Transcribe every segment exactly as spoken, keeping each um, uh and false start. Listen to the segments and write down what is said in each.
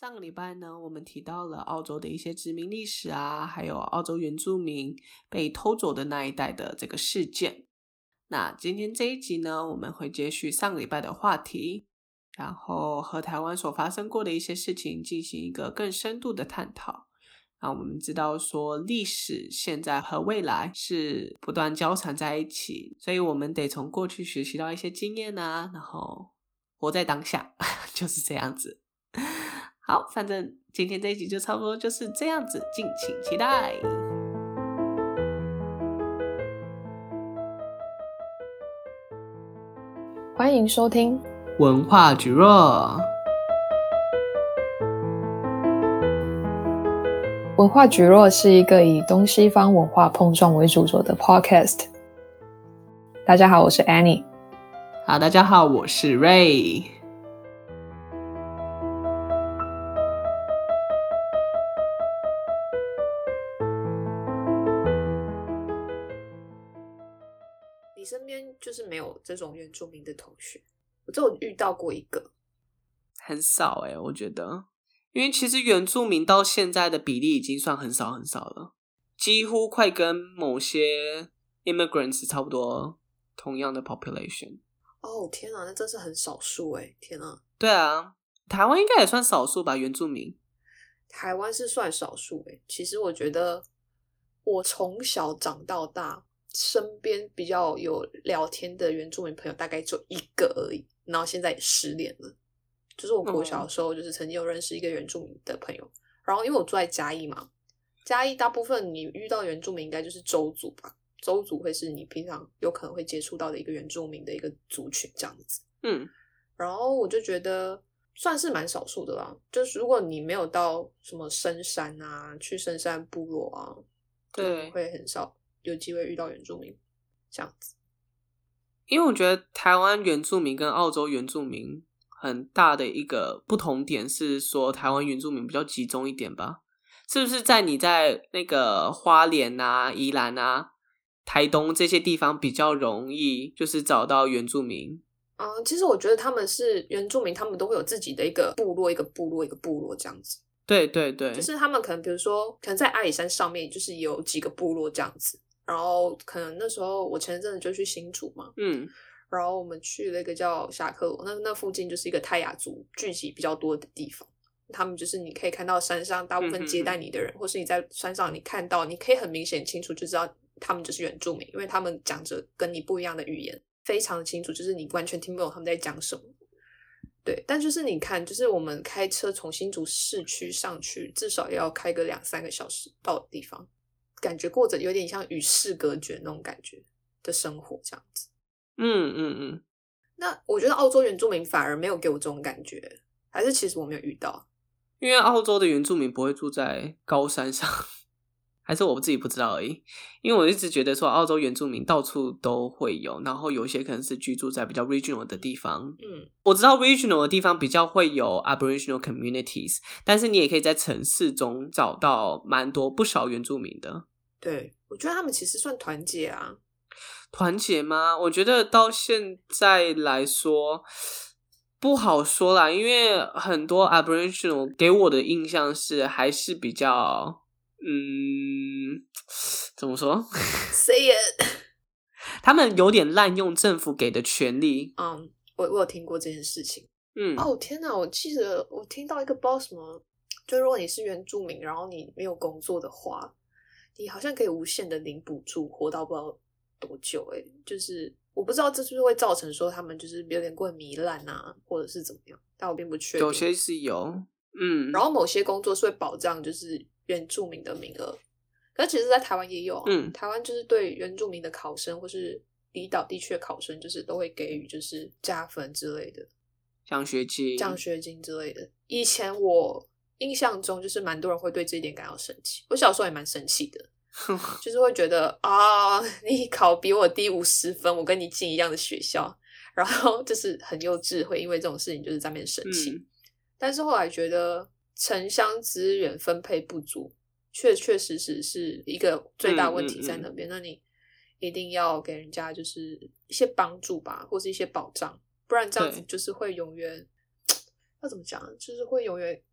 上个礼拜呢，我们提到了澳洲的一些殖民历史啊，还有澳洲原住民被偷走的那一代的这个事件。那今天这一集呢，我们会接续上个礼拜的话题，然后和台湾所发生过的一些事情进行一个更深度的探讨。那我们知道说历史、现在和未来是不断交缠在一起，所以我们得从过去学习到一些经验啊，然后活在当下就是这样子。好，反正今天这一集就差不多就是这样子，敬请期待。 欢迎收听文化蒟蒻。 文化蒟蒻是一个以东西方文化碰撞为主轴的 podcast。大家好，我是 Annie。 好，大家好，我是 Ray。 你身边就是没有这种原住民的同学？我只有遇到过一个。 很少欸，我觉得。因为其实原住民到现在的比例已经算很少很少了，几乎快跟某些 immigrants 差不多同样的 population。 哦天啊，那真是很少数欸，天啊。 对啊，台湾应该也算少数吧，原住民。 台湾是算少数欸。其实我觉得我从小长到大，身边比较有聊天的原住民朋友大概就一个而已，然后现在也失联了。就是我国小的时候，就是曾经有认识一个原住民的朋友，然后因为我住在嘉义嘛，嘉义大部分你遇到原住民应该就是邹族吧，邹族会是你平常有可能会接触到的一个原住民的一个族群这样子。 嗯， 然后我就觉得算是蛮少数的啦，就是如果你没有到什么深山啊，去深山部落啊，对，会很少有机会遇到原住民这样子。 因为我觉得台湾原住民跟澳洲原住民很大的一个不同点是说，台湾原住民比较集中一点吧？是不是在你在那个花莲啊、宜兰啊、台东这些地方比较容易就是找到原住民？ 嗯，其实我觉得他们是原住民，他们都会有自己的一个部落、一个部落、一个部落这样子。 对对对， 就是他们可能比如说，可能在阿里山上面就是有几个部落这样子。然后可能那时候我前阵子就去新竹嘛， 嗯。 然后我们去了一个叫侠客罗，那那附近就是一个泰雅族聚集比较多的地方。他们就是你可以看到山上大部分接待你的人，嗯、或是你在山上你看到，你可以很明显清楚就知道他们就是原住民，因为他们讲着跟你不一样的语言，非常的清楚，就是你完全听不懂他们在讲什么。对，但就是你看，就是我们开车从新竹市区上去，至少也要开个两三个小时到的地方，感觉过着有点像与世隔绝那种感觉的生活这样子。 嗯嗯嗯， 那我觉得澳洲原住民反而没有给我这种感觉，还是其实我没有遇到？ 因为澳洲的原住民不会住在高山上，还是我自己不知道而已。因为我一直觉得说澳洲原住民到处都会有，然后有些可能是居住在比较 regional 的地方。 嗯， 我知道 regional 的地方比较会有 Aboriginal communities， 但是你也可以在城市中找到蛮多不少原住民的。 对，我觉得他们其实算团结啊。 团结吗？我觉得到现在来说不好说啦，因为很多 Aboriginal 给我的印象是还是比较嗯，怎么说 Say it 他们有点滥用政府给的权利。 嗯，我我有听过这件事情。嗯，哦天哪，我记得我听到一个不知道什么，就如果你是原住民，然后你没有工作的话，你好像可以无限的领补助，活到不知道多久欸，就是我不知道这是不是会造成说他们就是有点过糜烂啊，或者是怎么样，但我并不确定。 有些是有，嗯， 然后某些工作是会保障就是原住民的名额，可是其实在台湾也有啊，嗯，台湾就是对原住民的考生或是离岛地区的考生，就是都会给予就是加分之类的， 奖学金、 奖学金之类的。以前我印象中就是蛮多人会对这一点感到生气，我小时候也蛮生气的。就是会觉得啊，你考比我低五十分，我跟你进一样的学校，然后就是很幼稚，会因为这种事情就是在那边生气。嗯、但是后来觉得城乡资源分配不足，确确实实是一个最大问题在那边。嗯嗯嗯，那你一定要给人家就是一些帮助吧，或是一些保障，不然这样子就是会永远要怎么讲，就是会永远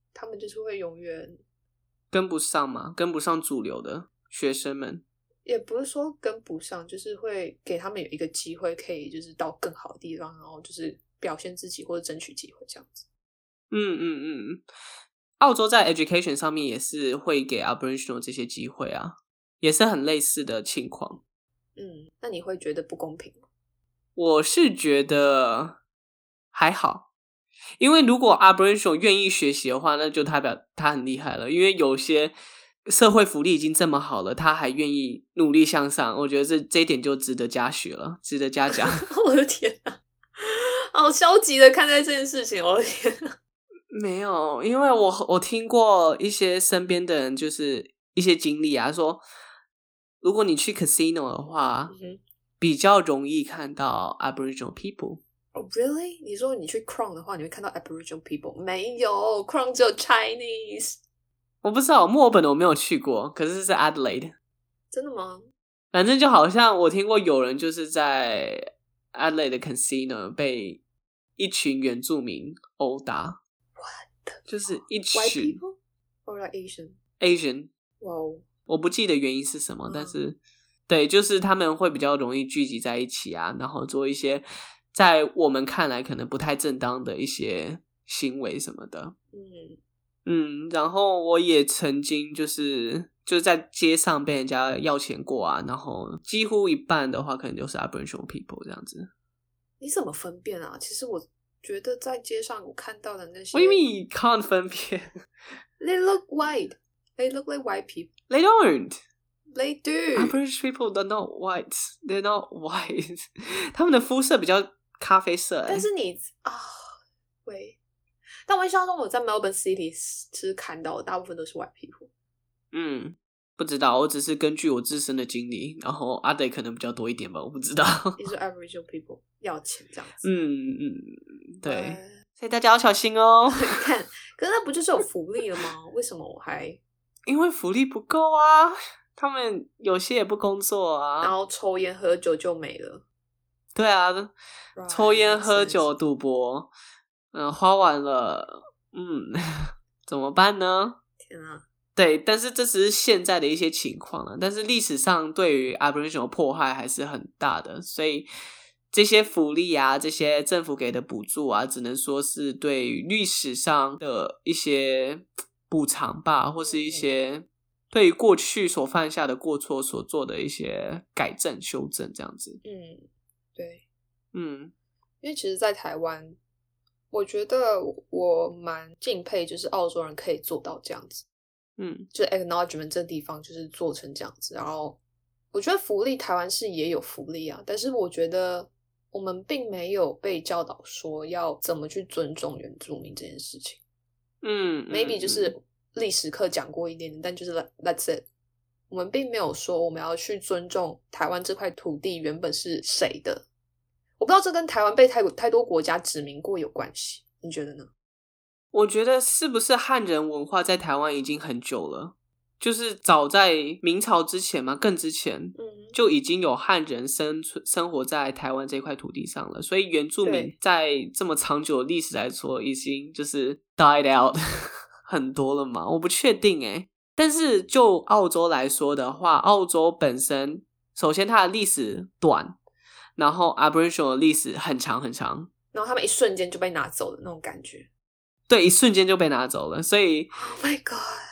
他们就是会永远跟不上嘛，跟不上主流的学生们。 也不是说跟不上，就是会给他们有一个机会，可以就是到更好的地方，然后就是表现自己或者争取机会这样子。 嗯嗯嗯，澳洲在 education 上面也是会给 Aboriginal 这些机会啊，也是很类似的情况。 嗯，那你会觉得不公平吗？ 我是觉得还好，因为如果 Aboriginal 愿意学习的话，那就代表他很厉害了。因为有些社会福利已经这么好了，他还愿意努力向上，我觉得这这一点就值得嘉许了，值得嘉奖。 我的天哪，好消极的看待这件事情，我的天哪。 没有，因为我我听过一些身边的人，就是一些经历啊，说如果你去 casino 的话， 嗯、 比较容易看到 Aboriginal people。Oh, really？ 你说你去 Crown 的话，你会看到 Aboriginal people？ 没有 ，Crown 只有 Chinese。 我不知道，墨尔本我没有去过，可是是 Adelaide。 真的吗？ 反正就好像我听过有人就是在 Adelaide 的 casino 被一群原住民殴打。 What？ 就是一群 White people or like Asian Asian。 哇哦， 我不记得原因是什么， 嗯、 但是对，就是他们会比较容易聚集在一起啊，然后做一些在我们看来可能不太正当的一些行为什么的。 嗯嗯，然后我也曾经就是就是在街上被人家要钱过啊，然后几乎一半的话可能就是 Aboriginal people 这样子。 你怎么分辨啊？其实我觉得在街上我看到的那些 What do you mean you can't 分辨？ They look white. They look like white people. They don't. They do. Aboriginal people they're not white. They're not white. 他们的肤色比较咖啡色、欸、 但是你啊，喂，但我印象中我在 Melbourne City 是看到的大部分都是 white people。 嗯，不知道，我只是根据我自身的经历，然后阿德可能比较多一点吧，我不知道。 你说 Aboriginal people 要钱这样子。 嗯嗯，对、呃、所以大家要小心哦。 你看，可是那不就是有福利了吗？为什么我还因为福利不够啊，他们有些也不工作啊， 然后抽烟喝酒就没了。 对啊， right, 抽烟喝酒赌博，嗯，花完了，嗯，怎么办呢？ 天啊！ 对，但是这只是现在的一些情况了，但是历史上对于 Aboriginal 迫害还是很大的，所以这些福利啊，这些政府给的补助啊，只能说是对于历史上的一些补偿吧，或是一些对于过去所犯下的过错所做的一些改正修正这样子。 嗯，对， 嗯， 因为其实在台湾我觉得我蛮敬佩就是澳洲人可以做到这样子。 嗯， 就 acknowledgement 这地方就是做成这样子，然后我觉得福利台湾是也有福利啊，但是我觉得我们并没有被教导说要怎么去尊重原住民这件事情。 嗯 maybe 就是历史课讲过一点点，但就是 that's it， 我们并没有说我们要去尊重台湾这块土地原本是谁的。我不知道这跟台湾被太太多国家殖民过有关系，你觉得呢？ 我觉得是不是汉人文化在台湾已经很久了，就是早在明朝之前嘛，更之前、嗯、就已经有汉人生生活在台湾这块土地上了，所以原住民在这么长久的历史来说已经就是 died out 很多了嘛，我不确定耶。但是就澳洲来说的话，澳洲本身首先它的历史短，然后 Aboriginal 的历史很长很长， 然后他们一瞬间就被拿走的那种感觉。 对，一瞬间就被拿走了，所以 Oh my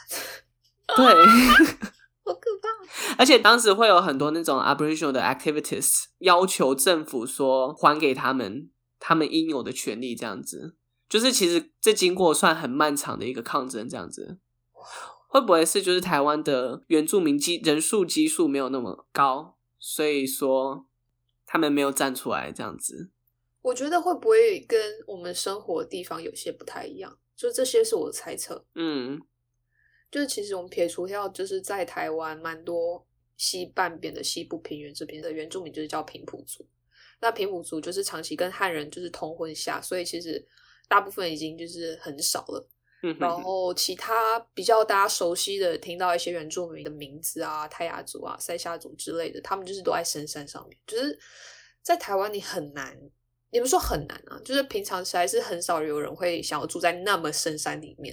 god 对好可怕。 而且当时会有很多那种 Aboriginal 的 activities 要求政府说还给他们他们应有的权利，这样子就是其实这经过算很漫长的一个抗争，这样子会不会是就是台湾的原住民基人数基数没有那么高，所以说他们没有站出来这样子。 我觉得会不会跟我们生活的地方有些不太一样，就这些是我的猜测。 嗯， 就是其实我们撇除掉就是在台湾蛮多西半边的西部平原这边的原住民就是叫平埔族，那平埔族就是长期跟汉人就是通婚下，所以其实大部分已经就是很少了。嗯、然后其他比较大家熟悉的听到一些原住民的名字啊，泰雅族啊，塞夏族之类的，他们就是都在深山上面，就是在台湾你很难，也不是说很难啊，就是平常实在是很少有人会想要住在那么深山里面，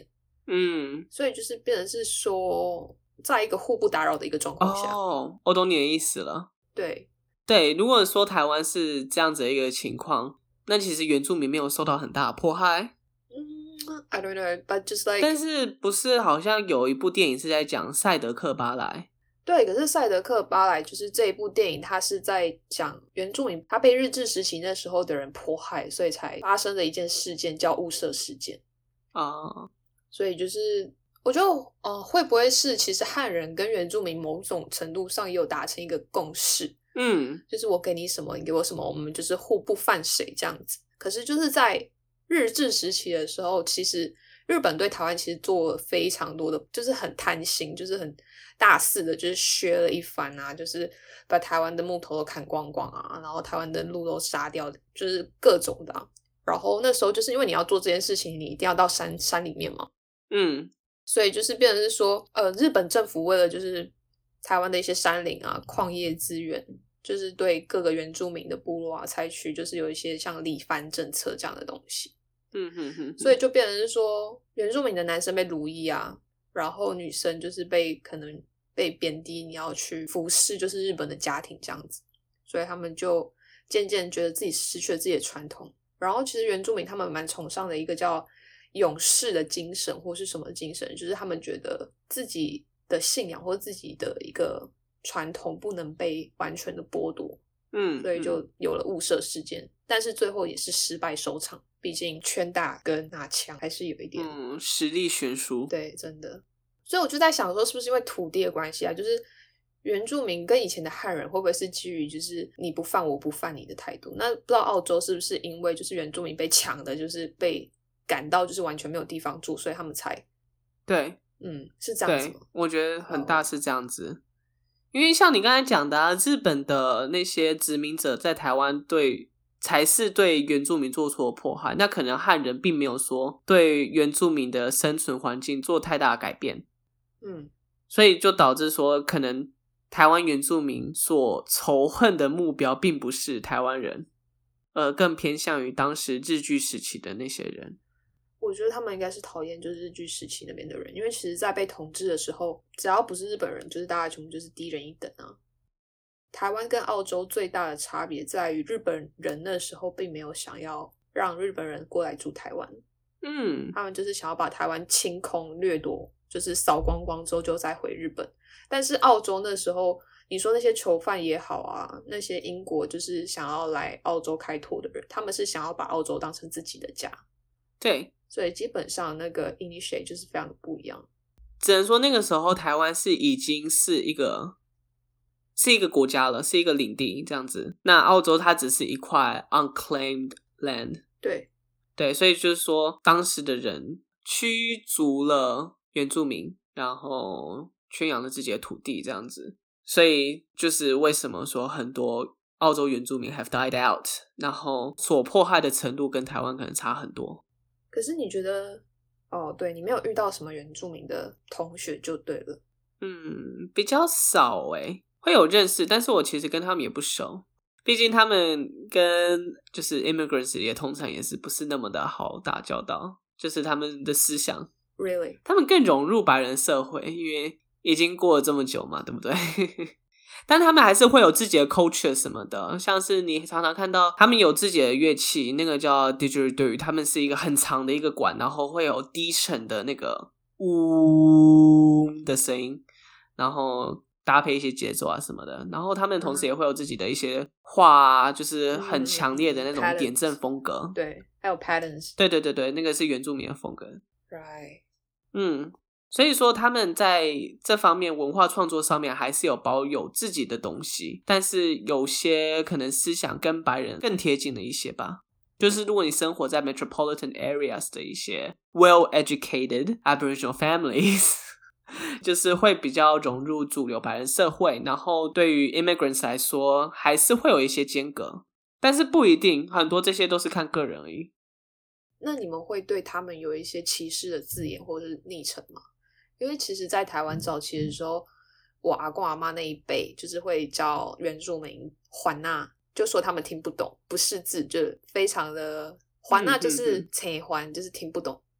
嗯， 所以就是变成是说在一个互不打扰的一个状况下。 哦，我懂你的意思了。 对对，如果说台湾是这样子的一个情况，那其实原住民没有受到很大的迫害。 嗯 I don't know but just like 但是不是好像有一部电影是在讲赛德克巴莱？ 对，可是赛德克巴莱就是这一部电影，它是在讲原住民他被日治时期那时候的人迫害，所以才发生的一件事件叫雾社事件啊、 uh, 所以就是我觉得呃，会不会是其实汉人跟原住民某种程度上也有达成一个共识， 嗯， 就是我给你什么你给我什么，我们就是互不犯谁这样子。可是就是在日治时期的时候，其实日本对台湾其实做了非常多的，就是很贪心，就是很大肆的就是削了一番啊，就是把台湾的木头都砍光光啊，然后台湾的鹿都杀掉，就是各种的、啊、然后那时候就是因为你要做这件事情，你一定要到山山里面嘛， 嗯， 所以就是变成是说呃，日本政府为了就是台湾的一些山林啊矿业资源，就是对各个原住民的部落啊采取就是有一些像理番政策这样的东西。 嗯哼哼， 所以就变成是说原住民的男生被奴役啊，然后女生就是被可能被贬低，你要去服侍就是日本的家庭这样子，所以他们就渐渐觉得自己失去了自己的传统。然后其实原住民他们蛮崇尚的一个叫勇士的精神或是什么精神，就是他们觉得自己的信仰或自己的一个传统不能被完全的剥夺， 嗯， 所以就有了雾社事件，但是最后也是失败收场，毕竟圈大跟拿枪还是有一点嗯实力悬殊。 对，真的。所以我就在想说是不是因为土地的关系啊，就是原住民跟以前的汉人会不会是基于就是你不犯我不犯你的态度。那不知道澳洲是不是因为就是原住民被抢的就是被赶到就是完全没有地方住，所以他们才对， 嗯是这样子吗？ 对，我觉得很大是这样子。因为像你刚才讲的啊，日本的那些殖民者在台湾对才是对原住民做出的迫害，那可能汉人并没有说对原住民的生存环境做太大的改变， 嗯， 所以就导致说可能台湾原住民所仇恨的目标并不是台湾人，而更偏向于当时日据时期的那些人。 我觉得他们应该是讨厌就是日据时期那边的人，因为其实在被统治的时候，只要不是日本人，就是大家全部就是低人一等啊。台湾跟澳洲最大的差别在于日本人那时候并没有想要让日本人过来住台湾， 嗯， 他们就是想要把台湾清空掠夺，就是扫光光之后就再回日本。但是澳洲那时候你说那些囚犯也好啊，那些英国就是想要来澳洲开拓的人，他们是想要把澳洲当成自己的家。 对， 所以基本上那个 initiate 就是非常的不一样。 只能说那个时候台湾是已经是一个是一个国家了，是一个领地这样子。那澳洲它只是一块 unclaimed land。 对对，所以就是说当时的人驱逐了原住民，然后圈养了自己的土地这样子。所以就是为什么说很多澳洲原住民 have died out， 然后所迫害的程度跟台湾可能差很多。 可是你觉得哦，对，你没有遇到什么原住民的同学就对了。 嗯，比较少诶，会有认识，但是我其实跟他们也不熟，毕竟他们跟就是 immigrants 也通常也是不是那么的好打交道，就是他们的思想 Really？ 他们更融入白人社会，因为已经过了这么久嘛，对不对？但他们还是会有自己的 culture 什么的，像是你常常看到他们有自己的乐器，那个叫 didgeridoo， 他们是一个很长的一个管，然后会有低沉的那个呜的声音，然后搭配一些节奏啊什么的，然后他们同时也会有自己的一些画啊，就是很强烈的那种点阵风格。 嗯、对，还有 patterns。 对对对对，那个是原住民的风格。 Right。 嗯。所以说他们在这方面文化创作上面还是有保有自己的东西，但是有些可能思想跟白人更贴近的一些吧。就是如果你生活在 metropolitan areas 的一些 well-educated Aboriginal families 就是会比较融入主流白人社会，然后对于 immigrants 来说还是会有一些间隔，但是不一定，很多这些都是看个人而已。 那你们会对他们有一些歧视的字眼或者是昵称吗？因为其实在台湾早期的时候，我阿公阿妈那一辈就是会叫原住民环纳，就说他们听不懂，不识字，就非常的环纳就是切环，就是听不懂。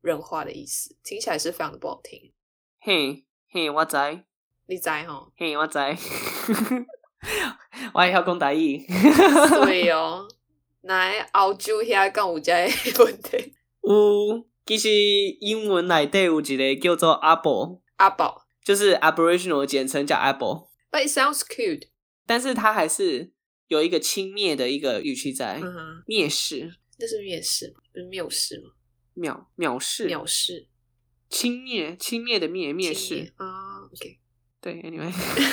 人话的意思，听起来是非常的不好听。 嘿嘿，我知， 你知齁？ 嘿，我知，我还晓讲台语。 对哦，那澳洲遐敢有这个问题？ 有，其实英文内底有一个叫做 Abo， 阿宝， 就是 Aboriginal 的简称叫 Abo， but it sounds cute， 但是它还是有一个轻蔑的一个语气在， 嗯哼， 蔑视， 这是蔑视吗？不是藐视吗？ 藐藐视， 藐视， 轻蔑，轻蔑的蔑，蔑视啊。OK， 对 ，anyway，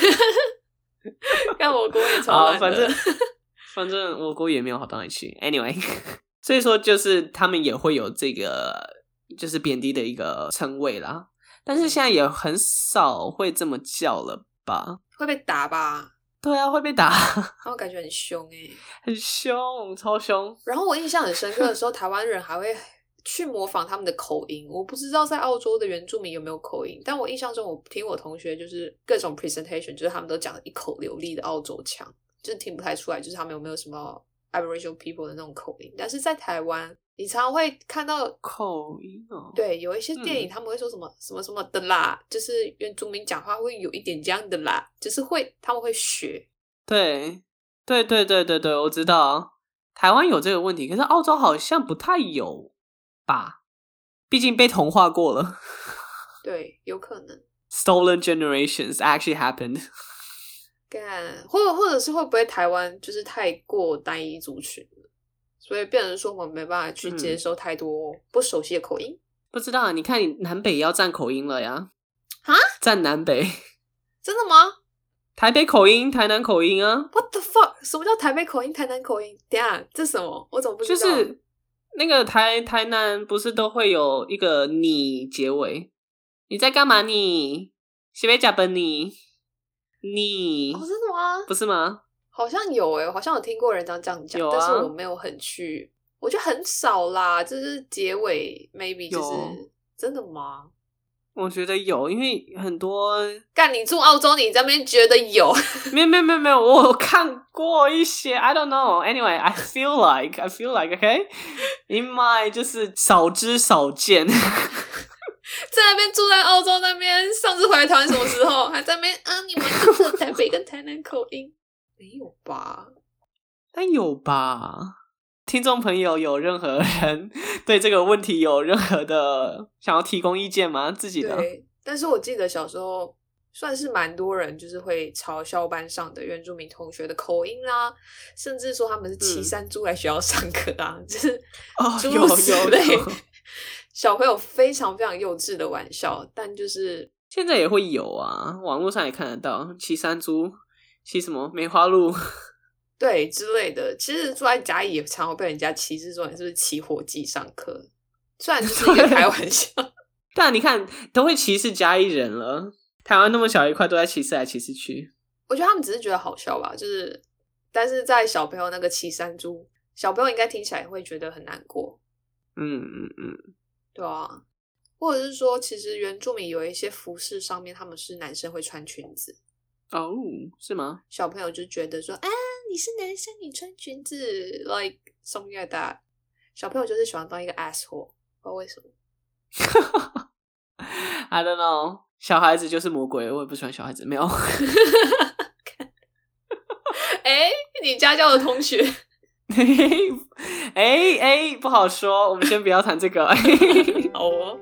看我国也超难的， 反正反正我国也没有好到哪里去。Anyway， 所以说就是他们也会有这个就是贬低的一个称谓啦，但是现在也很少会这么叫了吧？ 会被打吧？ 对啊，会被打， 然后感觉很凶哎、欸， 很凶，超凶。 然后我印象很深刻的时候，台湾人还会去模仿他们的口音。我不知道在澳洲的原住民有没有口音，但我印象中，我听我同学就是各种 presentation， 就是他们都讲一口流利的澳洲腔，就是听不太出来，就是他们有没有什么 Aboriginal people 的那种口音。但是在台湾，你常常会看到口音哦， 对，有一些电影他们会说什么、嗯、什么什么的啦，就是原住民讲话会有一点这样的啦，就是会他们会学。 对对对对对对，我知道台湾有这个问题，可是澳洲好像不太有吧，毕竟被同化过了。 对，有可能 Stolen generations actually happened。 干，或者或者是会不会台湾就是太过单一族群了，所以变成说我们没办法去接受太多不熟悉的口音、 嗯、不知道啊，你看你南北也要占口音了呀。 哈？ 占南北？ 真的吗？ 台北口音，台南口音啊。 What the fuck？ 什么叫台北口音，台南口音？等一下，这什么？我怎么不知道？ 就是那个台台南不是都会有一个你结尾，你在干嘛你？是不是吃饭你？你哦，真的吗？ 不是吗？ 好像有诶、欸，好像有听过人这样讲、啊，但是我没有很去，我觉得很少啦。就是结尾 maybe 就是真的吗？ 我觉得有，因为很多干你住澳洲，你这边觉得有？ 没有没有没有没有，我有看过一些 I don't know. Anyway, I feel like I feel like okay in my 就是少之少见。 在那边住在澳洲那边，上次回来台湾什么时候？还在那边啊？你们就是台北跟台南口音？没有吧？ 但有吧？听众朋友有任何人对这个问题有任何的想要提供意见吗？自己的？ 对，但是我记得小时候算是蛮多人就是会嘲笑班上的原住民同学的口音啦，甚至说他们是骑山猪来学校上课啊，嗯、就是诸如此类。哦、小朋友非常非常幼稚的玩笑，但就是现在也会有啊，网络上也看得到骑山猪，骑什么梅花鹿。 对之类的，其实住在嘉义也常会被人家歧视说你是不是骑火鸡上课，虽然就是一个开玩笑。 但你看都会歧视嘉义人了，台湾那么小一块都在歧视来歧视去。 我觉得他们只是觉得好笑吧，就是但是在小朋友那个骑山猪，小朋友应该听起来会觉得很难过。 嗯嗯嗯， 对啊，或者是说其实原住民有一些服饰上面他们是男生会穿裙子。 哦，是吗？ 小朋友就觉得说啊，你是男生，你穿裙子 ，like something like that。小朋友就是喜欢当一个 asshole， 不知道为什么。 I don't know， 小孩子就是魔鬼，我也不喜欢小孩子，没有。 哎、欸，你家教的同学？ 哎哎、欸，不好说，我们先不要谈这个。 好哦。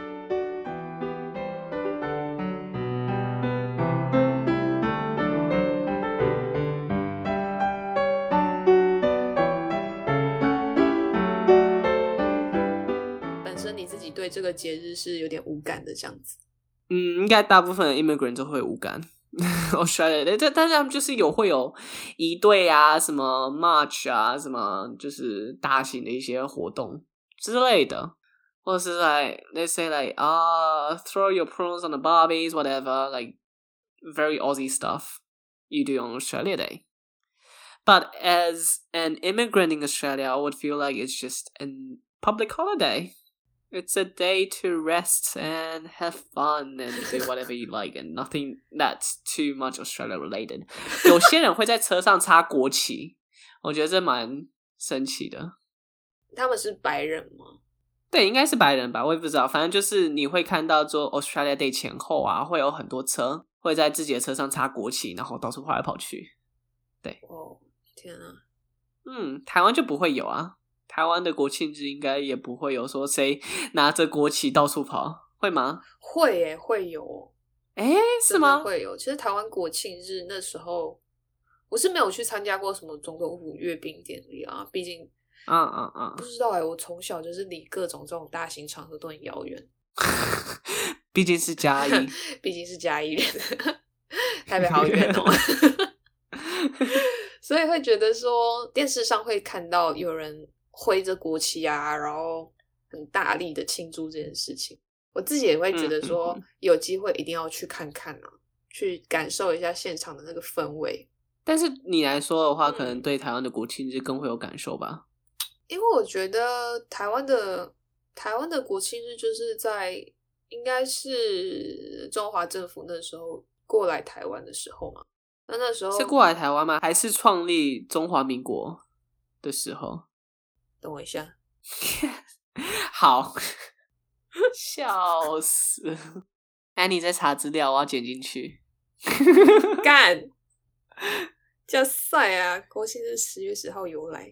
对这个节日是有点无感的这样子。 嗯，应该大部分的 immigrant 都会无感。Australia， 但但是他们就是有会有仪队啊，什么 march 啊，什么就是大型的一些活动之类的，或者是 like let's say like 啊、uh, throw your prawns on the barbies whatever, like very Aussie stuff you do on Australia Day. But as an immigrant in Australia, I would feel like it's just a public holiday.It's a day to rest and have fun and do whatever you like and nothing that's too much Australia related. 有些人会在车上插国旗，我觉得这蛮神奇的。 他们是白人吗？ 对，应该是白人吧，我也不知道，反正就是你会看到做 Australia Day 前后啊，会有很多车会在自己的车上插国旗，然后到处跑来跑去。对， 哦，天啊！ 嗯，台湾就不会有啊，台湾的国庆日应该也不会有说谁拿着国旗到处跑，会吗？ 会耶，会有， 诶，是真的吗？ 会有。其实台湾国庆日那时候，我是没有去参加过什么总统府阅兵典礼啊，毕竟， 嗯嗯嗯， 不知道哎，我从小就是离各种这种大型场合都很遥远。 毕竟是嘉义， 毕竟是嘉义人，台北好远哦。所以会觉得说，电视上会看到有人挥着国旗啊，然后很大力的庆祝这件事情。我自己也会觉得说， 嗯嗯嗯有機会一定要去看看啊，去感受一下现场的那个氛围。 但是你来说的话， 嗯可能对台湾的国庆日更会有感受吧？ 因为我觉得台湾的台湾的国庆日就是在应该是中华政府那时候过来台湾的时候嘛。那那时候是过来台湾吗？还是创立中华民国的时候？ 等我一下， 好，笑死！哎，你在查资料，我要剪进去。 干，加赛啊！国庆日十月十号由来，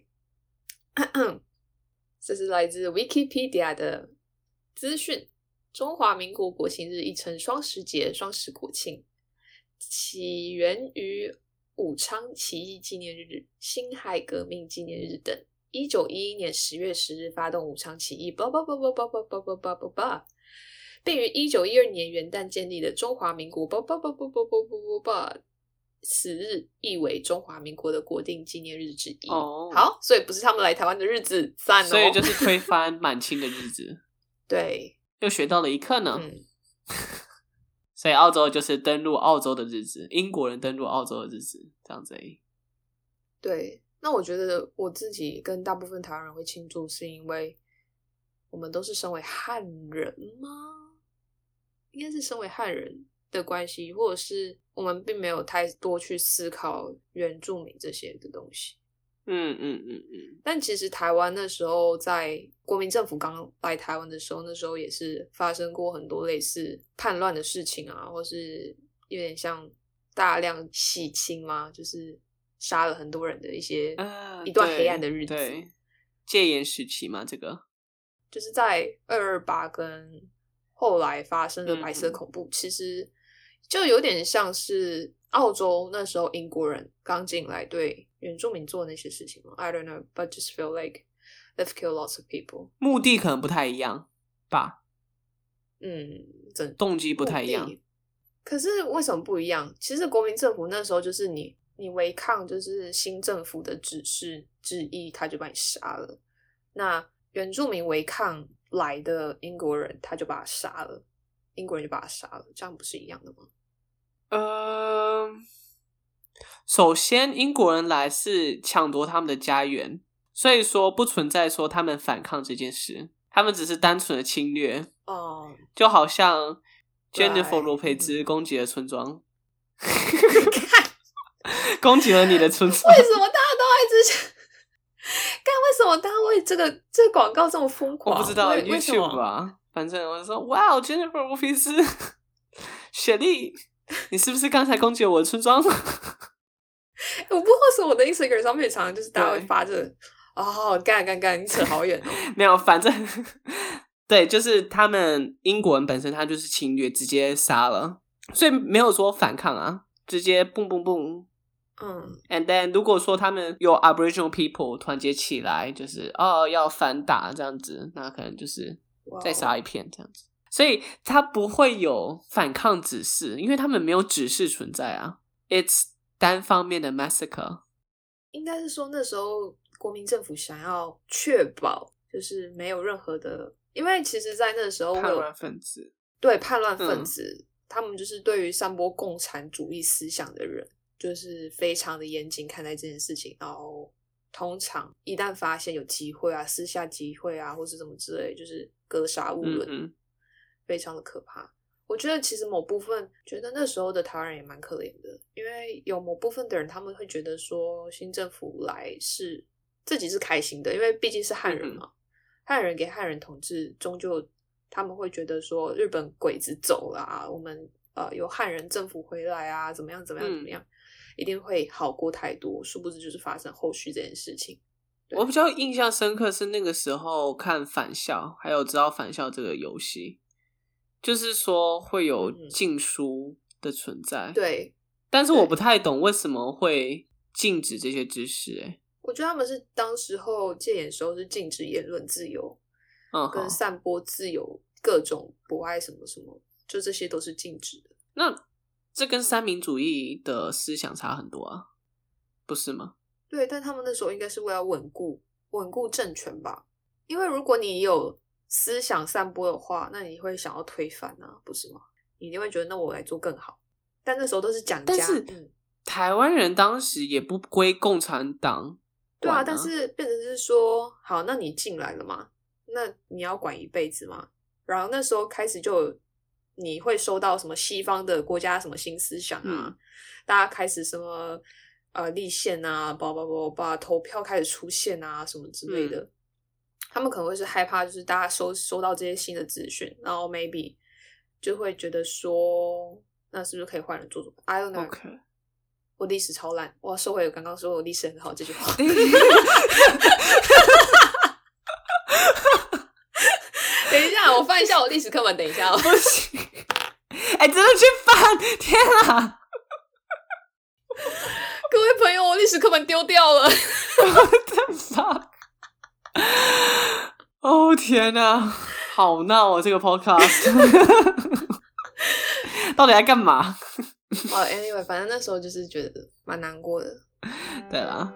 这是来自 Wikipedia 的资讯。中华民国国庆日亦称双十节、双十国庆，起源于武昌起义纪念日、辛亥革命纪念日等。一九一一年十月十日发动武昌起义，叭叭叭叭叭叭叭叭叭叭叭，并于一九一二年元旦建立的中华民国，叭叭叭叭叭叭叭叭叭。此日亦为中华民国的国定纪念日之一。 哦， 好，所以不是他们来台湾的日子，赞哦。 所以就是推翻满清的日子。 对， 又学到了一课呢。 嗯， 所以澳洲就是登陆澳洲的日子，英国人登陆澳洲的日子，这样子而已。 对。那我觉得我自己跟大部分台湾人会庆祝，是因为我们都是身为汉人吗？应该是身为汉人的关系，或者是我们并没有太多去思考原住民这些的东西。 嗯嗯嗯嗯。 但其实台湾那时候在国民政府刚来台湾的时候，那时候也是发生过很多类似叛乱的事情啊，或是有点像大量洗清嘛，就是杀了很多人的一些、 呃、 一段黑暗的日子。 对，戒严时期嘛，这个就是在二二八跟后来发生的白色恐怖， 嗯、 其实就有点像是澳洲那时候英国人刚进来对原住民做的那些事情吗？ I don't know, but just feel like they've killed lots of people. 目的可能不太一样吧， 嗯，真动机不太一样。 可是为什么不一样？其实国民政府那时候就是你你违抗就是新政府的指示之一，他就把你杀了。那原住民违抗来的英国人，他就把他杀了，英国人就把他杀了，这样不是一样的吗？ 呃，首先英国人来是抢夺他们的家园，所以说不存在说他们反抗这件事，他们只是单纯的侵略。 哦、oh, 就好像 Jennifer 罗培兹攻击了村庄，攻击了你的村庄。 为什么大家都爱之前？干为什么大家为这个这个广告这么疯狂？ 我不知道 YouTube 吧，反正我就说哇 Jennifer 罗培兹，雪莉，你是不是刚才攻击了我的村庄？ 我不知道为什么我的 Instagram 上面常常就是大家会发这个哦，干干干，你扯好远哦。 没有，反正对，就是他们英国人本身他就是侵略，直接杀了，所以没有说反抗啊，直接蹦蹦蹦。 嗯 ，and then 如果说他们有 Aboriginal people 团结起来，就是哦要反打这样子，那可能就是再杀一片这样子。Wow. 所以他不会有反抗指示，因为他们没有指示存在啊。It's 单方面的 massacre。 应该是说那时候国民政府想要确保，就是没有任何的，因为其实，在那时候叛乱分子， 对叛乱分子、嗯，他们就是对于散播共产主义思想的人。就是非常的严谨看待这件事情，然后通常一旦发现有机会啊，私下机会啊，或是什么之类，就是格杀勿论、嗯，非常的可怕。我觉得其实某部分觉得那时候的台湾人也蛮可怜的，因为有某部分的人他们会觉得说新政府来是自己是开心的，因为毕竟是汉人嘛，嗯、 汉人给汉人统治，终究他们会觉得说日本鬼子走了啊，我们呃有汉人政府回来啊，怎么样怎么样怎么样，嗯、一定会好过太多。殊不知就是发生后续这件事情。 我比较印象深刻是那个时候看返校，还有知道返校这个游戏，就是说会有禁书的存在。 嗯、对， 但是我不太懂为什么会禁止这些知识、欸。 我觉得他们是当时候戒严时候是禁止言论自由， 嗯， 跟散播自由，各种博爱什么什么，就这些都是禁止的。 那这跟三民主义的思想差很多啊，不是吗？ 对，但他们那时候应该是为了稳固稳固政权吧，因为如果你有思想散播的话，那你会想要推翻啊，不是吗？你一定会觉得那我来做更好。但那时候都是蒋家， 但是、嗯、台湾人当时也不归共产党管、啊、对啊，但是变成是说，好，那你进来了嘛，那你要管一辈子嘛。然后那时候开始就有你会收到什么西方的国家什么新思想啊，嗯、大家开始什么呃立宪啊，叭叭叭叭，投票开始出现啊，什么之类的。嗯、他们可能会是害怕，就是大家收收到这些新的资讯，然后 maybe 就会觉得说，那是不是可以换人做做 ？I don't know。 Okay. 我历史超烂，我要收回我刚刚说我历史很好这句话。等一下，我翻一下我历史课本。等一下、哦， 不行，哎、欸，真的去翻！天啊！ 各位朋友，我历史课本丢掉了。 What the fuck？ 哦天哪，好闹哦！这个 podcast 到底在干嘛？ 哦、oh, ，anyway， 反正那时候就是觉得蛮难过的。 对啦。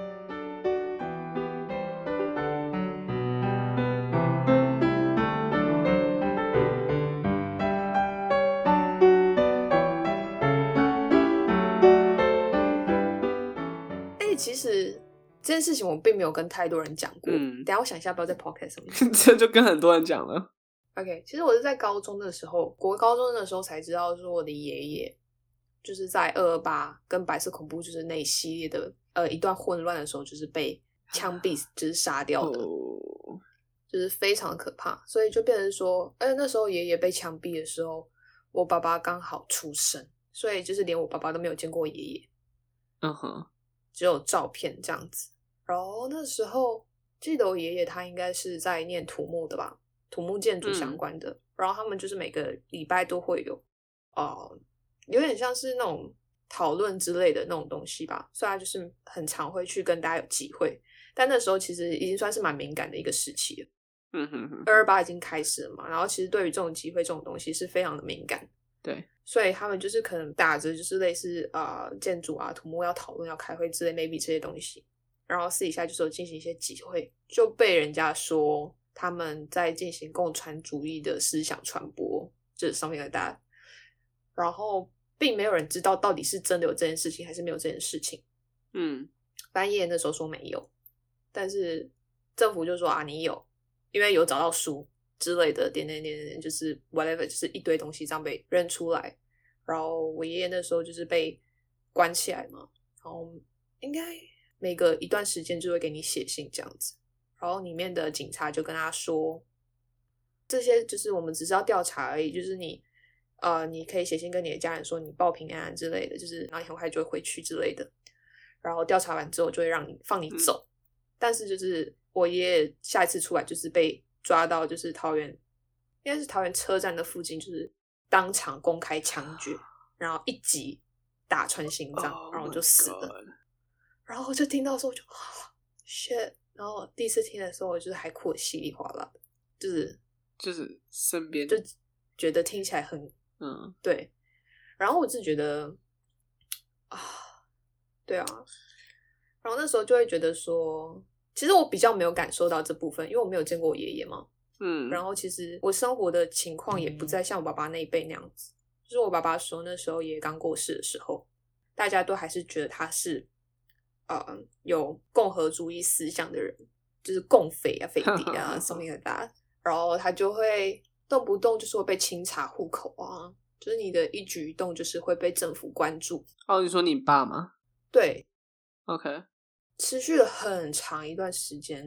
哎，其实这件事情我并没有跟太多人讲过。 嗯， 等一下我想一下，不要在 podcast 上面。 这就跟很多人讲了。 OK， 其实我是在高中的时候，国高中的时候才知道，说我的爷爷就是在二二八跟白色恐怖就是那一系列的呃一段混乱的时候，就是被枪毙，就是杀掉的，哦、就是非常可怕。所以就变成说，哎，那时候爷爷被枪毙的时候，我爸爸刚好出生，所以就是连我爸爸都没有见过爷爷， 嗯哼， 只有照片这样子。然后那时候记得我爷爷他应该是在念土木的吧。土木建筑相关的、嗯、然后他们就是每个礼拜都会有呃，有点像是那种讨论之类的那种东西吧，所以他就是很常会去跟大家有机会，但那时候其实已经算是蛮敏感的一个时期了。 嗯哼哼， 二二八已经开始了嘛，然后其实对于这种机会这种东西是非常的敏感， 对， 所以他们就是可能打着就是类似呃建筑啊土木要讨论要开会之类 maybe 这些东西，然后私底下就是有进行一些集会，就被人家说他们在进行共产主义的思想传播，就是上面的大家，然后并没有人知道到底是真的有这件事情还是没有这件事情。 嗯， 反正爷爷那时候说没有，但是政府就说啊你有，因为有找到书之类的，点点点点，就是 whatever， 就是一堆东西这样被认出来。然后我爷爷那时候就是被关起来嘛，然后应该每个一段时间就会给你写信这样子。然后里面的警察就跟他说，这些就是我们只是要调查而已，就是你呃，你可以写信跟你的家人说你报平安之类的，就是然后你很快就会回去之类的。然后调查完之后就会让你放你走、嗯、但是就是我爷爷下一次出来就是被抓到，就是桃园应该是桃园车站的附近，就是当场公开枪决，然后一击打穿心脏、oh、然后就死了。然后我就听到的时候我就 shit，然后第一次听的时候，我就是还哭得稀里哗啦的，就是就是身边就觉得听起来很嗯对，然后我自己觉得啊，对啊，然后那时候就会觉得说，其实我比较没有感受到这部分，因为我没有见过我爷爷嘛，嗯，然后其实我生活的情况也不再像我爸爸那一辈那样子，就是我爸爸说那时候爷爷刚过世的时候，大家都还是觉得他是。呃，有共和主义思想的人，就是共匪啊、匪谍啊，什么的，然后他就会动不动就是会被清查户口啊，就是你的一举一动就是会被政府关注。 哦，你说你爸吗？ 对 ，OK， 持续了很长一段时间，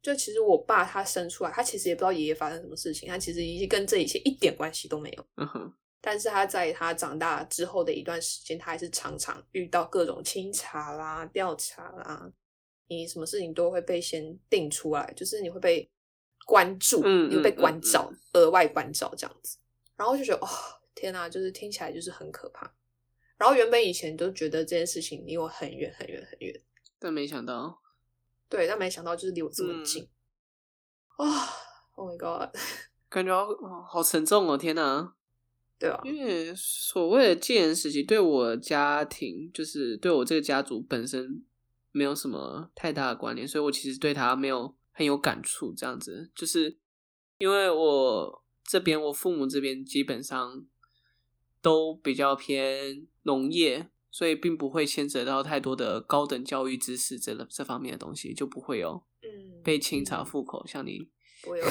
就其实我爸他生出来，他其实也不知道爷爷发生什么事情，他其实已经跟这一切一点关系都没有。 嗯哼， 但是他在他长大之后的一段时间，他还是常常遇到各种清查啦、调查啦，你什么事情都会被先定出来，就是你会被关注， 嗯你会被关照， 嗯嗯额外关照这样子。然后就觉得，哦，天哪，就是听起来就是很可怕。然后原本以前都觉得这件事情离我很远很远很远， 但没想到， 对，但没想到就是离我这么近。啊、嗯 oh my god， 感觉好好沉重哦！天哪， 对啊， 因为所谓的戒严时期，对我家庭，就是对我这个家族本身没有什么太大的关联，所以我其实对他没有很有感触。这样子，就是因为我这边，我父母这边基本上都比较偏农业，所以并不会牵扯到太多的高等教育知识这这方面的东西，就不会有嗯被清查户口，嗯、像你不会有。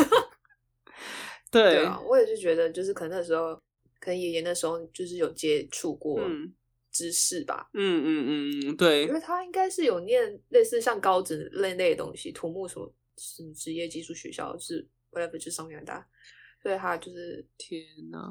对对啊，我也是觉得，就是可能那时候，可能爷爷那时候就是有接触过知识吧。 嗯嗯嗯嗯，对， 因为他应该是有念类似像高职类类的东西，土木什么什么职业技术学校是 whatever 就是上面大，所以他就是天哪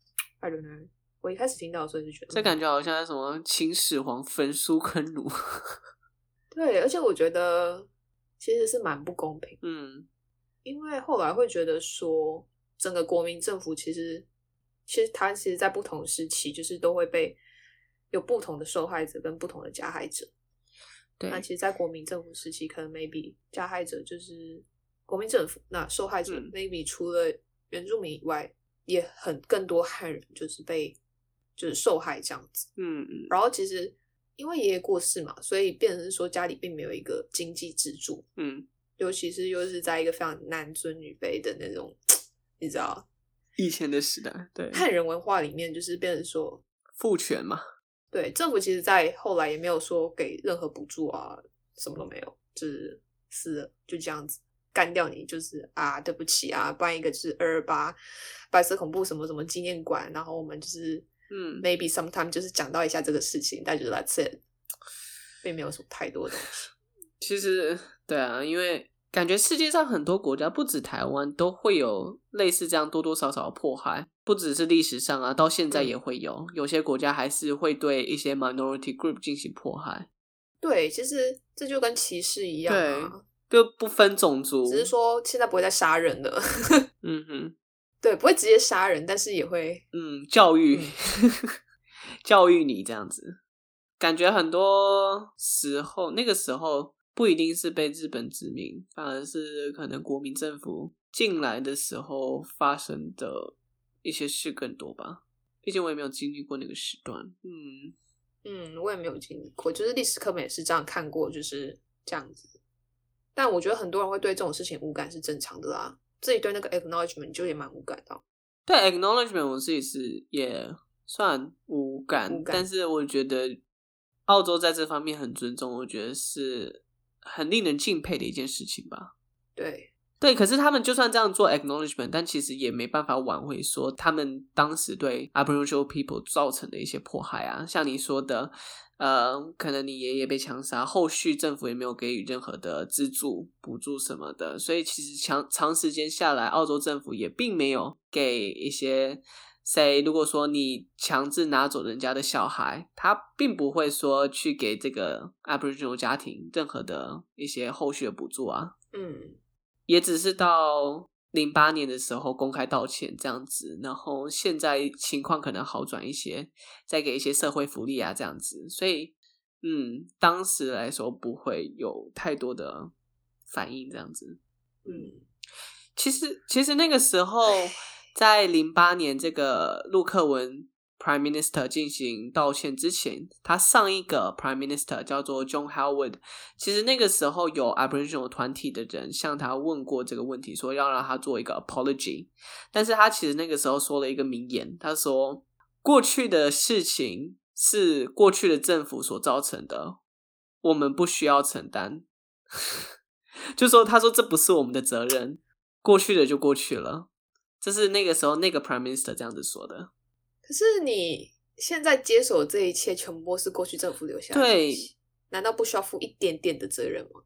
I don't know。我一开始听到的时候就觉得， 这感觉好像在什么秦始皇焚书坑儒。 对，而且我觉得其实是蛮不公平。 嗯， 因为后来会觉得说，整个国民政府其实，其实它其实，在不同时期，就是都会被有不同的受害者跟不同的加害者。 对， 那其实，在国民政府时期，可能 maybe 加害者就是国民政府，那受害者、 嗯、 maybe 除了原住民以外，也很更多汉人就是被就是受害这样子。 嗯嗯。 然后其实因为爷爷过世嘛，所以变成是说家里并没有一个经济支柱。 嗯。 尤其是又是在一个非常男尊女卑的那种，你知道， 以前的时代，对汉人文化里面，就是变成说父权嘛。 对，政府其实在后来也没有说给任何补助啊，什么都没有，就是死了就这样子干掉你，就是啊，对不起啊，办一个就是二二八白色恐怖什么什么纪念馆，然后我们就是嗯 maybe sometime 就是讲到一下这个事情，但就是 that's it，并没有什么太多的东西。 其实对啊，因为感觉世界上很多国家，不止台湾，都会有类似这样多多少少的迫害，不只是历史上啊，到现在也会有，嗯、有些国家还是会对一些 minority group 进行迫害。 对，其实这就跟歧视一样啊， 就不分种族， 只是说现在不会再杀人了。 嗯哼， 对，不会直接杀人，但是也会嗯教育、 嗯、 教育你这样子。感觉很多时候那个时候不一定是被日本殖民，反而是可能国民政府进来的时候发生的一些事更多吧。毕竟我也没有经历过那个时段。嗯嗯，我也没有经历过，就是历史课本也是这样看过，就是这样子。但我觉得很多人会对这种事情无感是正常的啦，自己对那个 acknowledgement 就也蛮无感的。 对 acknowledgement 我自己是也算无感， 无感但是我觉得澳洲在这方面很尊重，我觉得是很令人敬佩的一件事情吧。 对对，可是他们就算这样做 acknowledgement， 但其实也没办法挽回说他们当时对 Aboriginal people 造成的一些迫害啊，像你说的呃，可能你爷爷被枪杀，后续政府也没有给予任何的资助补助什么的，所以其实长长时间下来，澳洲政府也并没有给一些say 如果说你强制拿走人家的小孩，他并不会说去给这个 Aboriginal 家庭任何的一些后续的补助啊。 嗯， 也只是到零八年的时候公开道歉这样子，然后现在情况可能好转一些，再给一些社会福利啊这样子，所以嗯，当时来说不会有太多的反应这样子。 嗯， 其实其实那个时候在零八年这个陆克文 Prime Minister 进行道歉之前，他上一个 Prime Minister 叫做 John Howard， 其实那个时候有 Aboriginal 团体的人向他问过这个问题，说要让他做一个 apology， 但是他其实那个时候说了一个名言，他说过去的事情是过去的政府所造成的，我们不需要承担就说他说这不是我们的责任，过去的就过去了，这是那个时候那个 Prime Minister 这样子说的。 可是你现在接手这一切全部是过去政府留下来的， 对， 难道不需要负一点点的责任吗？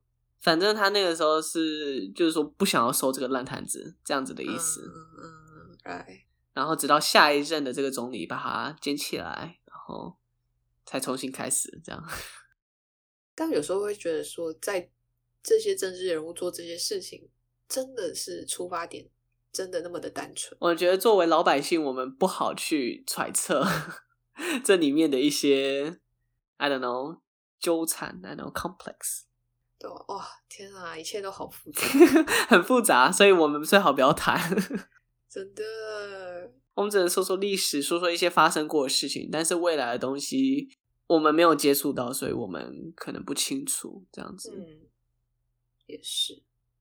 反正他那个时候是就是说不想要收这个烂摊子这样子的意思。 嗯嗯 right。 然后直到下一任的这个总理把它捡起来，然后才重新开始这样。 但有时候会觉得说，在这些政治人物做这些事情，真的是出发点真的那么的单纯？ 我觉得作为老百姓，我们不好去揣测这里面的一些 I don't know 纠缠 I don't know complex。 对，哇，天啊，一切都好复杂。 很复杂，所以我们最好不要谈。 真的， 我们只能说说历史，说说一些发生过的事情，但是未来的东西我们没有接触到，所以我们可能不清楚这样子。 嗯，也是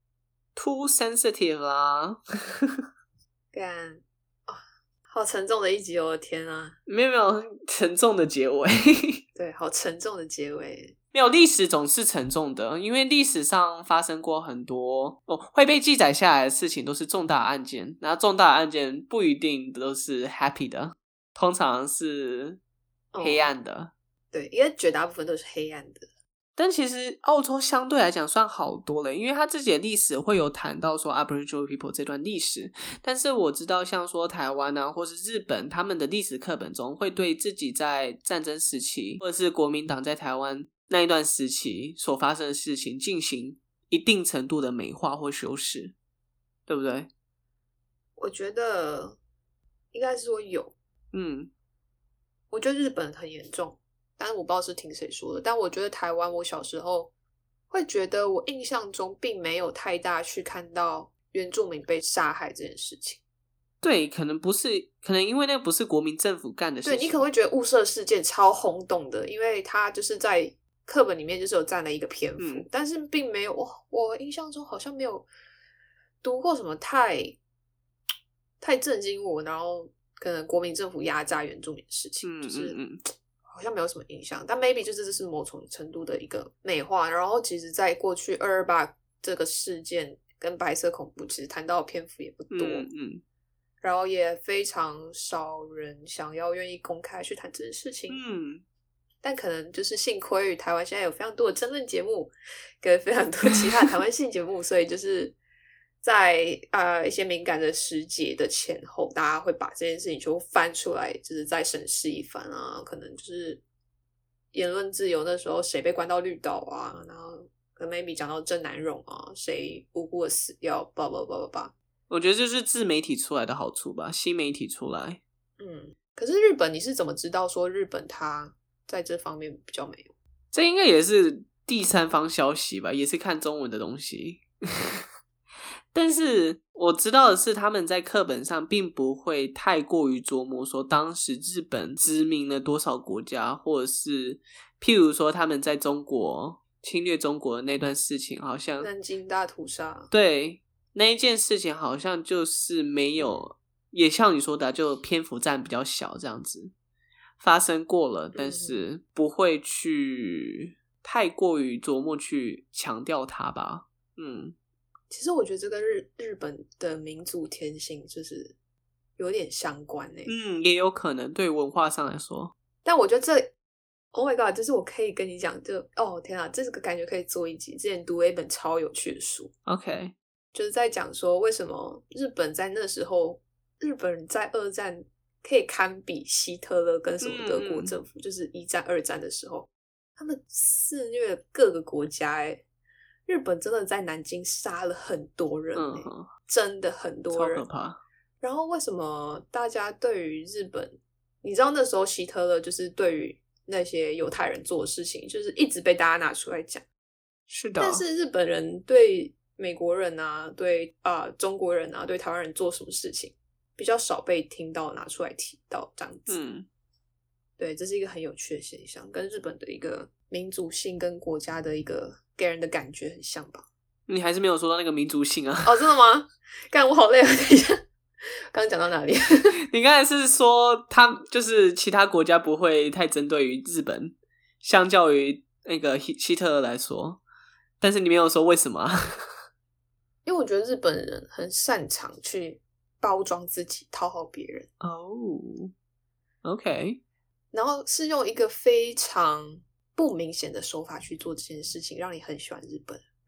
too sensitive 啦。 干啊，好沉重的一集哦，我的天啊！ 没有没有沉重的结尾。 对，好沉重的结尾。 没有，历史总是沉重的，因为历史上发生过很多哦会被记载下来的事情，都是重大案件。然后重大案件不一定都是 happy 的，通常是黑暗的。 哦，对，因为绝大部分都是黑暗的。 但其实澳洲相对来讲算好多了，因为他自己的历史会有谈到说 Aboriginal people 这段历史，但是我知道像说台湾啊或是日本，他们的历史课本中会对自己在战争时期或者是国民党在台湾那一段时期所发生的事情进行一定程度的美化或修饰，对不对？ 我觉得应该是说有， 嗯， 我觉得日本很严重，但是我不知道是听谁说的。但我觉得台湾，我小时候会觉得，我印象中并没有太大去看到原住民被杀害这件事情。 对，可能不是，可能因为那个不是国民政府干的事情。 对，你可能会觉得雾社事件超轰动的，因为它就是在课本里面就是有占了一个篇幅，嗯、但是并没有，我我印象中好像没有读过什么太太震惊我，然后可能国民政府压榨原住民的事情， 嗯、 就是嗯嗯好像没有什么印象。但 maybe 就是这是某种程度的一个美化。然后其实在过去二二八这个事件跟白色恐怖其实谈到的篇幅也不多， 嗯嗯， 然后也非常少人想要愿意公开去谈这件事情。 嗯， 但可能就是幸亏于台湾现在有非常多的争论节目跟非常多其他台湾性节目，所以就是在呃一些敏感的时节的前后，大家会把这件事情就翻出来，就是再审视一番啊。可能就是言论自由那时候谁被关到绿岛啊，然后可能 maybe 讲到郑南榕啊，谁无辜的死掉，叭叭叭叭叭。 我觉得这是自媒体出来的好处吧，新媒体出来。 嗯，可是日本你是怎么知道说日本它在这方面比较没有？ 这应该也是第三方消息吧，也是看中文的东西。但是我知道的是，他们在课本上并不会太过于琢磨说当时日本殖民了多少国家，或者是譬如说他们在中国侵略中国的那段事情，好像南京大屠杀， 对那一件事情好像就是没有，也像你说的，就篇幅占比较小这样子。发生过了，但是不会去太过于琢磨去强调它吧。嗯， 其实我觉得这跟日日本的民族天性就是有点相关诶、欸。 嗯，也有可能对文化上来说。 但我觉得这 ，Oh my god， 就是我可以跟你讲，就哦天啊，这个感觉可以做一集。之前读了一本超有趣的书 ，OK， 就是在讲说为什么日本在那时候，日本人在二战。可以堪比希特勒跟什么德国政府，嗯、就是一战、二战的时候，他们肆虐各个国家、欸。哎，日本真的在南京杀了很多人、欸，嗯、真的很多人， 超可怕。 然后为什么大家对于日本，你知道那时候希特勒就是对于那些犹太人做的事情，就是一直被大家拿出来讲。 是的， 但是日本人对美国人啊，对啊、呃、中国人啊，对台湾人做什么事情？比较少被听到拿出来提到这样子，嗯，对，这是一个很有趣的现象，跟日本的一个民族性跟国家的一个给人的感觉很像吧？ 你还是没有说到那个民族性啊？ 哦，真的吗？干，我好累啊！等一下，刚刚讲到哪里？ 你刚才是说他就是其他国家不会太针对于日本，相较于那个希特勒来说，但是你没有说为什么？ 因为我觉得日本人很擅长去包装自己，讨好别人。 哦、oh, ，OK， 然后是用一个非常不明显的手法去做这件事情，让你很喜欢日本，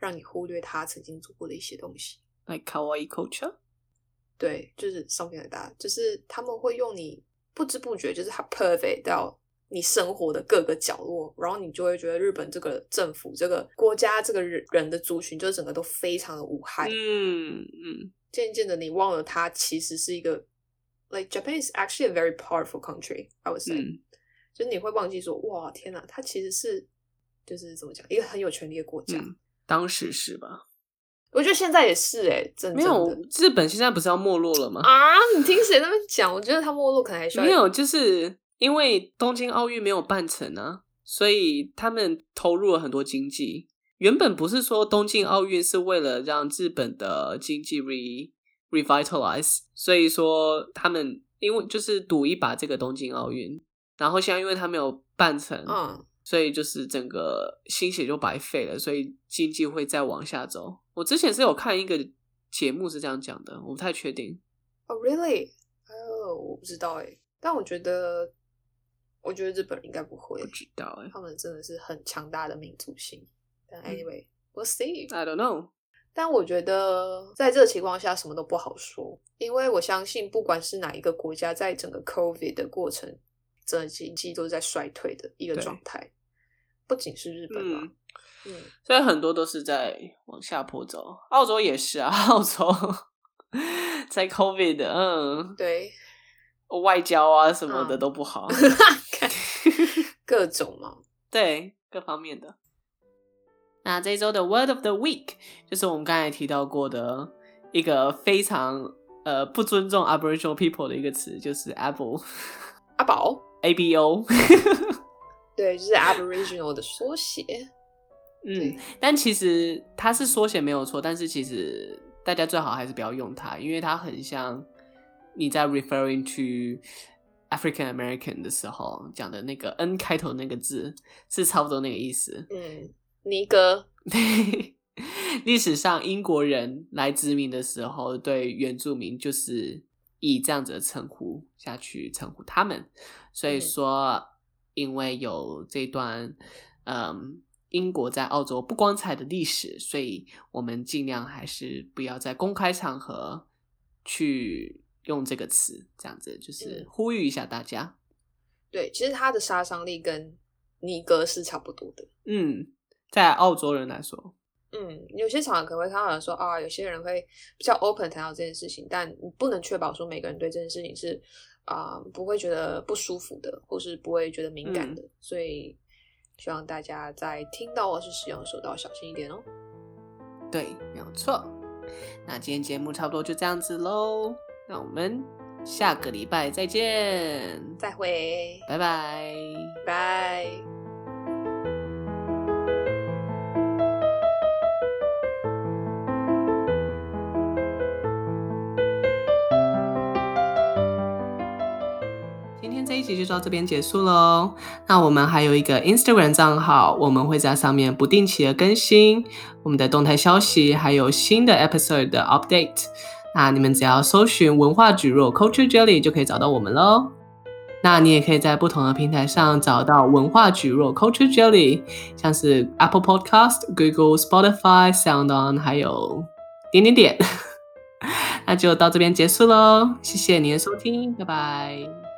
让你忽略他曾经做过的一些东西。 Like kawaii culture？ 对，就是 something like that， 就是他们会用你不知不觉，就是他 perfect 到你生活的各个角落，然后你就会觉得日本这个政府、这个国家、这个人的族群，就整个都非常的无害。 嗯嗯， 渐渐的你忘了它其实是一个 like Japan is actually a very powerful country, I would say、嗯、就是你会忘记说哇天哪，它其实是就是怎么讲一个很有权力的国家、嗯、 当时是吧？ 我觉得现在也是诶、欸，真的没有，日本现在不是要没落了吗？ 啊，你听谁在那边讲？我觉得它没落可能还需要没有，就是因为东京奥运没有办成啊，所以他们投入了很多经济。原本不是说东京奥运是为了让日本的经济 re revitalize， 所以说他们因为就是赌一把这个东京奥运，然后现在因为他没有办成， 嗯， 所以就是整个心血就白费了，所以经济会再往下走。我之前是有看一个节目是这样讲的，我不太确定。 Oh really？ 哦、oh, 我不知道诶，但我觉得我觉得日本人应该不会， 不知道诶， 他们真的是很强大的民族性。但 anyway、嗯、we'll see。 I don't know。 但我觉得在这个情况下什么都不好说，因为我相信不管是哪一个国家，在整个 COVID 的过程，整个经济都是在衰退的一个状态，不仅是日本吧、嗯嗯，所以很多都是在往下坡走，澳洲也是啊，澳洲在 COVID 的，嗯， 对， 外交啊什么的都不好， 嗯、各种嘛， 对，各方面的。那这一周的 Word of the Week 就是我们刚才提到过的一个非常呃不尊重 Aboriginal people 的一个词，就是 Abo 阿宝 A B O 对，就是 Aboriginal 的缩写。 嗯，但其实它是缩写没有错，但是其实大家最好还是不要用它，因为它很像你在 referring to African American 的时候讲的那个 N 开头那个字，是差不多那个意思。 嗯，尼哥。 对，历史上英国人来殖民的时候，对原住民就是以这样子的称呼下去称呼他们，所以说因为有这段嗯英国在澳洲不光彩的历史，所以我们尽量还是不要在公开场合去用这个词，这样子就是呼吁一下大家。 对，其实它的杀伤力跟尼哥是差不多的。 嗯，在澳洲人来说， 嗯，有些场合可能会看到人说啊，有些人会比较 open 谈到这件事情，但你不能确保说每个人对这件事情是啊、呃、不会觉得不舒服的，或是不会觉得敏感的，嗯、所以希望大家在听到或是使用的时候都要小心一点哦。 对，没有错。那今天节目差不多就这样子咯，那我们下个礼拜再见， 再会， 拜拜， 拜。 这一集就到这边结束咯。那我们还有一个 Instagram 账号，我们会在上面不定期的更新我们的动态消息，还有新的 episode 的 update。那你们只要搜寻文化蒟蒻 Culture Jelly 就可以找到我们咯。那你也可以在不同的平台上找到文化蒟蒻 Culture Jelly， 像是 Apple Podcast、Google、Spotify、SoundOn 还有点点点。那就到这边结束咯，谢谢你的收听，拜拜。